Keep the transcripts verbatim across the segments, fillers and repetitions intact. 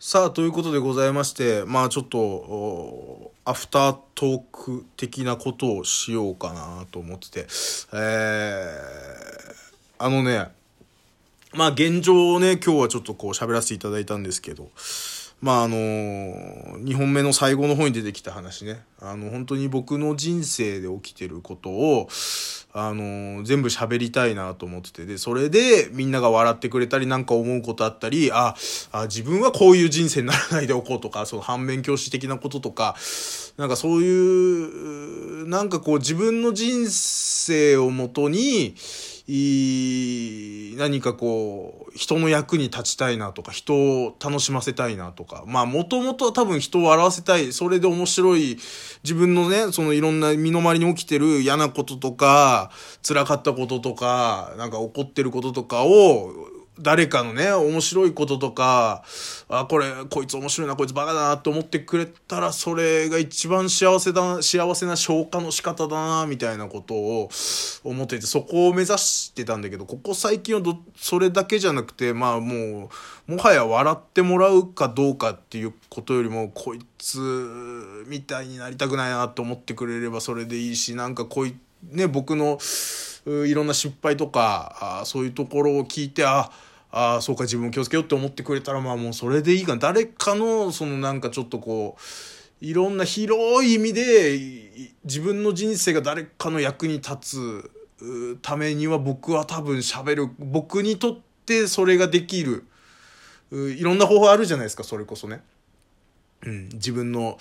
さあ、ということでございまして、まあちょっと、おアフタートーク的なことをしようかなと思ってて、えー、あのね、まあ現状をね、今日はちょっとこう喋らせていただいたんですけど、まああのー、にほんめの最後の方に出てきた話ね、あの本当に僕の人生で起きてることを、あのー、全部喋りたいなと思ってて、で、それでみんなが笑ってくれたりなんか思うことあったり、あ、あ自分はこういう人生にならないでおこうとか、その反面教師的なこととか、なんかそういう、なんかこう自分の人生をもとに、い何かこう人の役に立ちたいなとか、人を楽しませたいなとか、まあもともとは多分人を笑わせたい、それで面白い自分のね、そのいろんな身の回りに起きてる嫌なこととか辛かったこととかなんか起こってることとかを誰かのね面白いこととか、あこれこいつ面白いな、こいつバカだなって思ってくれたら、それが一番幸せだ幸せな消化の仕方だなみたいなことを思っていて、そこを目指してたんだけど、ここ最近はどそれだけじゃなくて、まあもうもはや笑ってもらうかどうかっていうことよりも、こいつみたいになりたくないなと思ってくれればそれでいいし、なんかこいね僕のいろんな失敗とか、あそういうところを聞いて、ああそうか自分も気をつけようって思ってくれたら、まあもうそれでいいかな。誰かのそのなんかちょっとこういろんな広い意味で自分の人生が誰かの役に立つためには、僕は多分喋る、僕にとってそれができるいろんな方法あるじゃないですか。それこそね、うん、自分の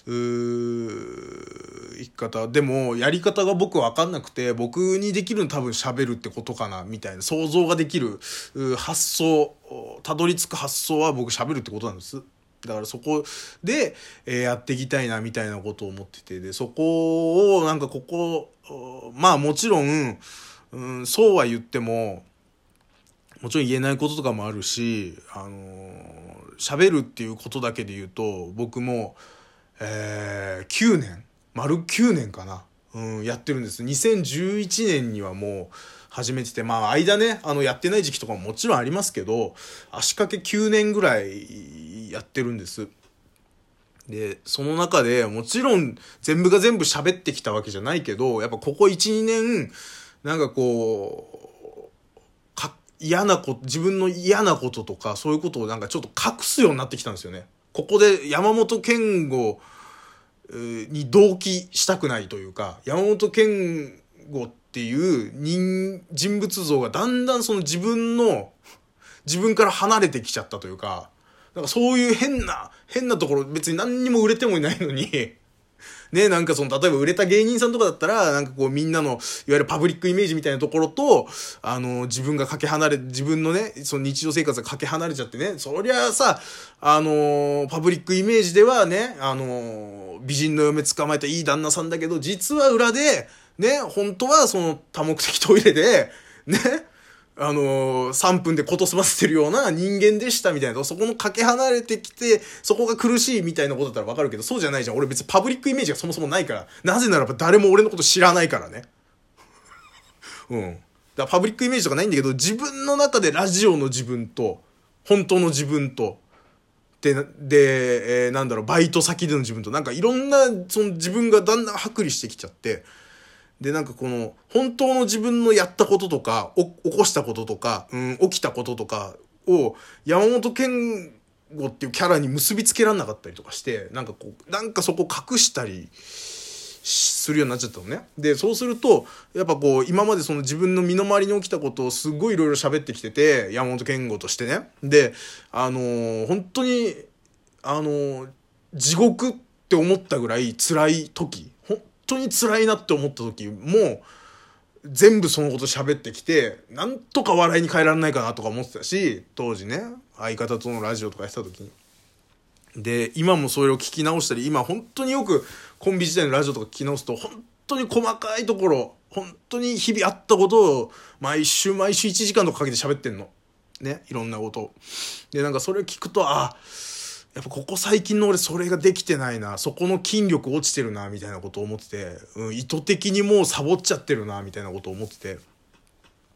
生き方でもやり方が僕分かんなくて、僕にできるの多分喋るってことかなみたいな想像ができる発想、たどり着く発想は僕喋るってことなんです。だからそこで、えー、やっていきたいなみたいなことを思ってて、でそこをなんかここまあもちろん、うん、そうは言ってももちろん言えないこととかもあるし、あのー喋るっていうことだけで言うと、僕も、えー、きゅうねん丸きゅうねんかな、うん、やってるんです。にせんじゅういちねんにはもう始めてて、まあ間ねあのやってない時期とかももちろんありますけど、足掛けきゅうねんぐらいやってるんです。でその中でもちろん全部が全部喋ってきたわけじゃないけど、やっぱここ いちにねんなんかこう嫌なこと、自分の嫌なこととかそういうことをなんかちょっと隠すようになってきたんですよね。ここで山本健吾に同期したくないというか、山本健吾っていう人人物像がだんだんその自分の自分から離れてきちゃったというか、なんかそういう変な変なところ、別に何にも売れてもいないのにね、なんかその例えば売れた芸人さんとかだったら、なんかこうみんなのいわゆるパブリックイメージみたいなところと、あの自分がかけ離れ、自分のねその日常生活がかけ離れちゃってね、そりゃさ、あのパブリックイメージではね、あの美人の嫁捕まえたいい旦那さんだけど、実は裏でね本当はその多目的トイレでね、あのー、さんぷんでこと済ませてるような人間でしたみたいな、そこのかけ離れてきてそこが苦しいみたいなことだったらわかるけど、そうじゃないじゃん。俺別にパブリックイメージがそもそもないから、なぜならば誰も俺のこと知らないからね。うんだからパブリックイメージとかないんだけど、自分の中でラジオの自分と本当の自分とでで、えー、なんだろうバイト先での自分と、なんかいろんなその自分がだんだん剥離してきちゃって、でなんかこの本当の自分のやったこととかお起こしたこととか、うん、起きたこととかを山本健吾っていうキャラに結びつけられなかったりとかして、なんかこうなんかそこ隠したりするようになっちゃったのね。でそうするとやっぱこう今までその自分の身の回りに起きたことをすごいいろいろ喋ってきてて、山本健吾としてね、であのー、本当にあのー、地獄って思ったぐらい辛い時、本当に辛いなって思った時も全部そのこと喋ってきて、なんとか笑いに変えられないかなとか思ってたし、当時ね相方とのラジオとかやってた時に、で今もそれを聞き直したり、今本当によくコンビ時代のラジオとか聞き直すと、本当に細かいところ、本当に日々あったことを毎週毎週いちじかんとかかけて喋ってんのね、いろんなことで、なんかそれを聞くと、あやっぱここ最近の俺それができてないな、そこの筋力落ちてるなみたいなことを思ってて、うん、意図的にもうサボっちゃってるなみたいなことを思ってて、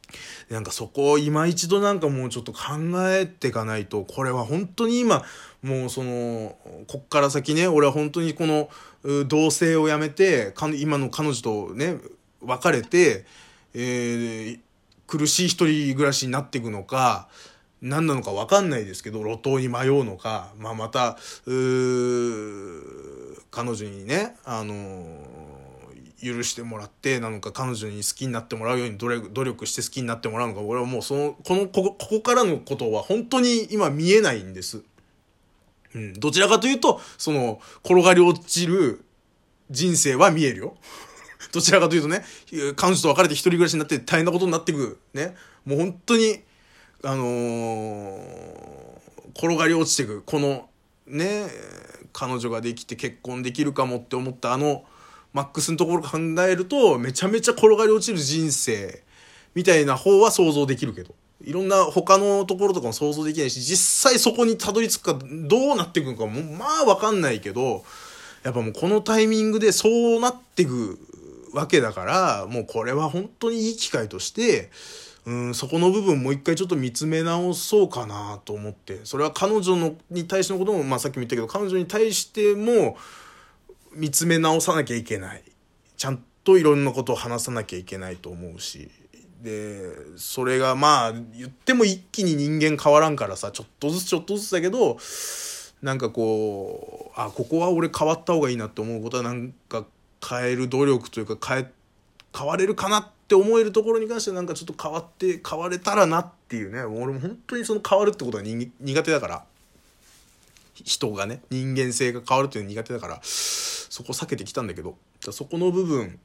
なんかそこを今一度なんかもうちょっと考えていかないと、これは本当に今、もうその、こっから先ね、俺は本当にこの、同棲をやめて、今の彼女とね、別れて、えー、苦しい一人暮らしになっていくのか、何なのか分かんないですけど、路頭に迷うのか、まあ、また、うー、彼女にね、あのー、許してもらってなのか、彼女に好きになってもらうように努力、努力して好きになってもらうのか、俺はもうその、この、ここ、ここからのことは本当に今見えないんです。うん、どちらかというと、その、転がり落ちる人生は見えるよ。どちらかというとね、彼女と別れて一人暮らしになって大変なことになっていく。ね。もう本当に、あのー、転がり落ちていく。この、ね、彼女ができて結婚できるかもって思ったあの、マックスのところ考えると、めちゃめちゃ転がり落ちる人生、みたいな方は想像できるけど。いろんな他のところとかも想像できないし、実際そこにたどり着くかどうなっていくのかも、まあわかんないけど、やっぱもうこのタイミングでそうなっていくわけだから、もうこれは本当にいい機会として、うん、そこの部分もう一回ちょっと見つめ直そうかなと思って、それは彼女のに対してのことも、まあさっきも言ったけど、彼女に対しても見つめ直さなきゃいけない。ちゃんといろんなことを話さなきゃいけないと思うし。で、それがまあ言っても一気に人間変わらんからさ、ちょっとずつちょっとずつだけど、なんかこう、あ、ここは俺変わった方がいいなって思うことはなんか変える努力というか変え、変われるかなって思えるところに関してなんかちょっと変わって変われたらなっていうね。俺も本当にその変わるってことが苦手だから、人がね、人間性が変わるっていうの苦手だから、そこ避けてきたんだけど、そこの部分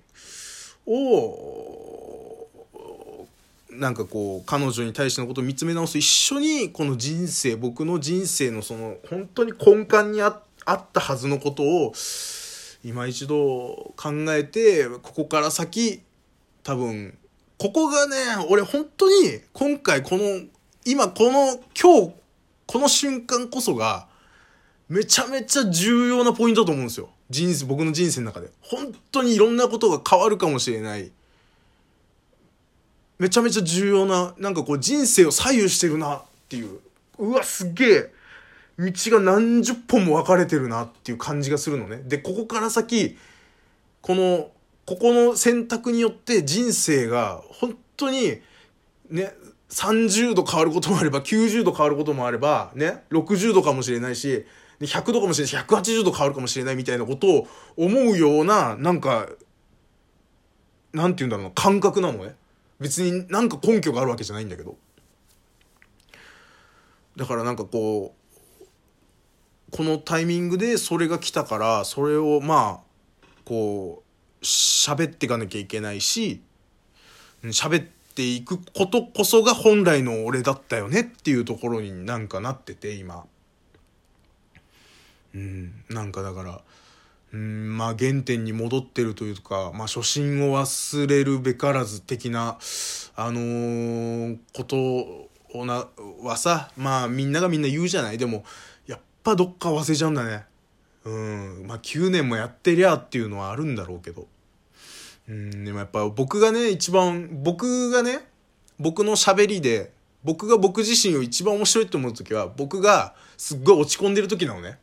をなんかこう彼女に対してのことを見つめ直す、一緒にこの人生、僕の人生のその本当に根幹に あ, あったはずのことを今一度考えて、ここから先多分ここがね、俺本当に今回この今この今日この瞬間こそがめちゃめちゃ重要なポイントだと思うんですよ。人生、僕の人生の中で本当にいろんなことが変わるかもしれない、めちゃめちゃ重要な、なんかこう人生を左右してるなっていう、うわすげえ道が何十本も分かれてるなっていう感じがするのね。で、ここから先このここの選択によって人生が本当にね、さんじゅうど変わることもあればきゅうじゅうど変わることもあればね、ろくじゅうどかもしれないしひゃくどかもしれないしひゃくはちじゅうど変わるかもしれないみたいなことを思うような、なんかなんて言うんだろうな、感覚なのね。別になんか根拠があるわけじゃないんだけど、だからなんかこうこのタイミングでそれが来たから、それをまあこう喋っていかなきゃいけないし、喋っていくことこそが本来の俺だったよねっていうところになんかなってて今、うん、なんかだからうん、まあ原点に戻ってるというか、まあ初心を忘れるべからず的なあのー、ことをなはさ、まあみんながみんな言うじゃない。でもやっぱどっか忘れちゃうんだね。うん、まあきゅうねんもやってりゃっていうのはあるんだろうけど、うん、でもやっぱ僕がね一番僕がね僕の喋りで僕が僕自身を一番面白いと思う時は、僕がすっごい落ち込んでる時なのね。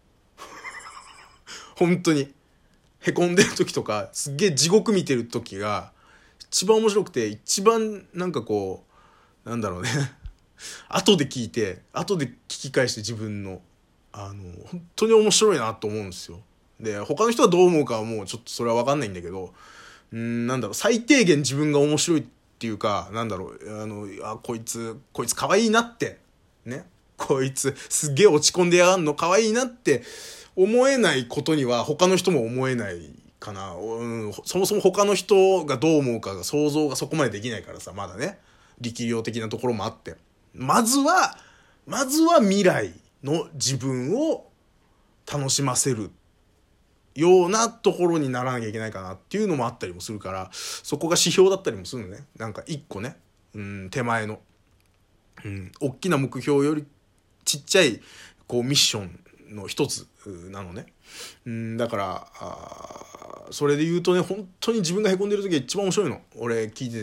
本当にへこんでる時とか、すっげえ地獄見てる時が一番面白くて、一番なんかこうなんだろうね後で聞いて後で聞き返して自分のあの本当に面白いなと思うんですよ。で他の人はどう思うかはもうちょっとそれは分かんないんだけど、うーんなんだろう、最低限自分が面白いっていうか、なんだろう、あのあこいつこいつ可愛いなってね、こいつすっげえ落ち込んでやがんの可愛いなって思えないことには他の人も思えないかな、うん、そもそも他の人がどう思うかが想像がそこまでできないからさ、まだね力量的なところもあって、まずはまずは未来の自分を楽しませるようなところにならなきゃいけないかなっていうのもあったりもするから、そこが指標だったりもするのね。なんか一個ね、うん、手前の、うん、大きな目標よりちっちゃいこうミッションの一つなのね。うん、だからあそれで言うとね、本当に自分がへこんでる時が一番面白いの、俺聞いてて。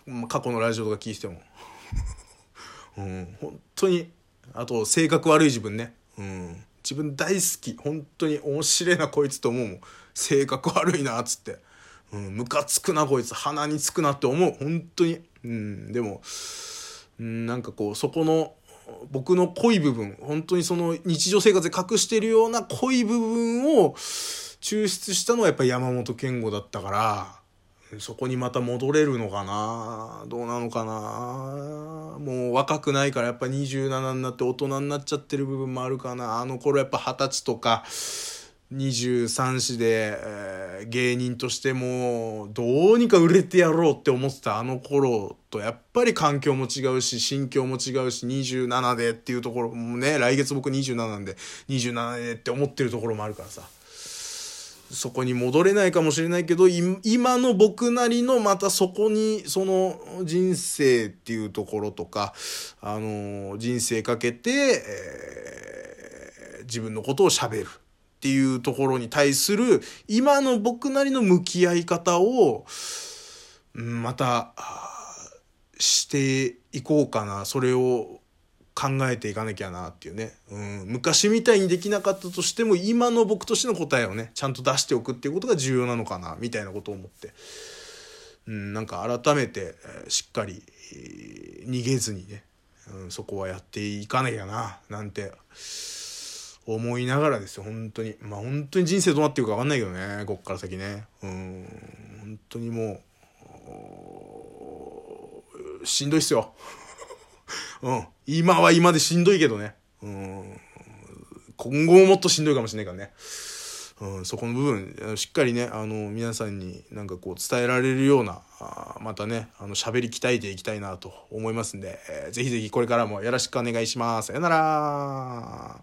過去のラジオとか聞いてても。うん、本当に。あと、性格悪い自分ね。うん。自分大好き。本当に面白いな、こいつと思うもん。性格悪いな、つって。うん、ムカつくな、こいつ。鼻につくなって思う。本当に。うん、でも、うん、なんかこう、そこの、僕の濃い部分、本当にその日常生活で隠しているような濃い部分を抽出したのはやっぱり山本健吾だったから、そこにまた戻れるのかな、どうなのかな。もう若くないからやっぱにじゅうななになって大人になっちゃってる部分もあるかな。あの頃やっぱはたちとかにじゅうさんさいで、えー、芸人としてもどうにか売れてやろうって思ってたあの頃とやっぱり環境も違うし心境も違うし、にじゅうななでっていうところもね、来月僕にじゅうなななんでにじゅうななでって思ってるところもあるからさ、そこに戻れないかもしれないけど、今の僕なりのまたそこにその人生っていうところとか、あの人生かけて、えー、自分のことを喋るっていうところに対する今の僕なりの向き合い方をまたしていこうかな。それを考えていかなきゃなっていうね、うん、昔みたいにできなかったとしても今の僕としての答えをねちゃんと出しておくっていうことが重要なのかなみたいなことを思って、うん、なんか改めて、えー、しっかり、えー、逃げずにね、うん、そこはやっていかなきゃななんて思いながらですよ。本当にまあ本当に人生どうなっていくか分かんないけどね、こっから先ね、うん、本当にもうしんどいっすようん、今は今でしんどいけどね、うん、今後ももっとしんどいかもしれないからね、うん、そこの部分しっかりね、あの皆さんになんかこう伝えられるようなあまたねあの喋り鍛えていきたいなと思いますんで、えー、ぜひぜひこれからもよろしくお願いします。さよなら。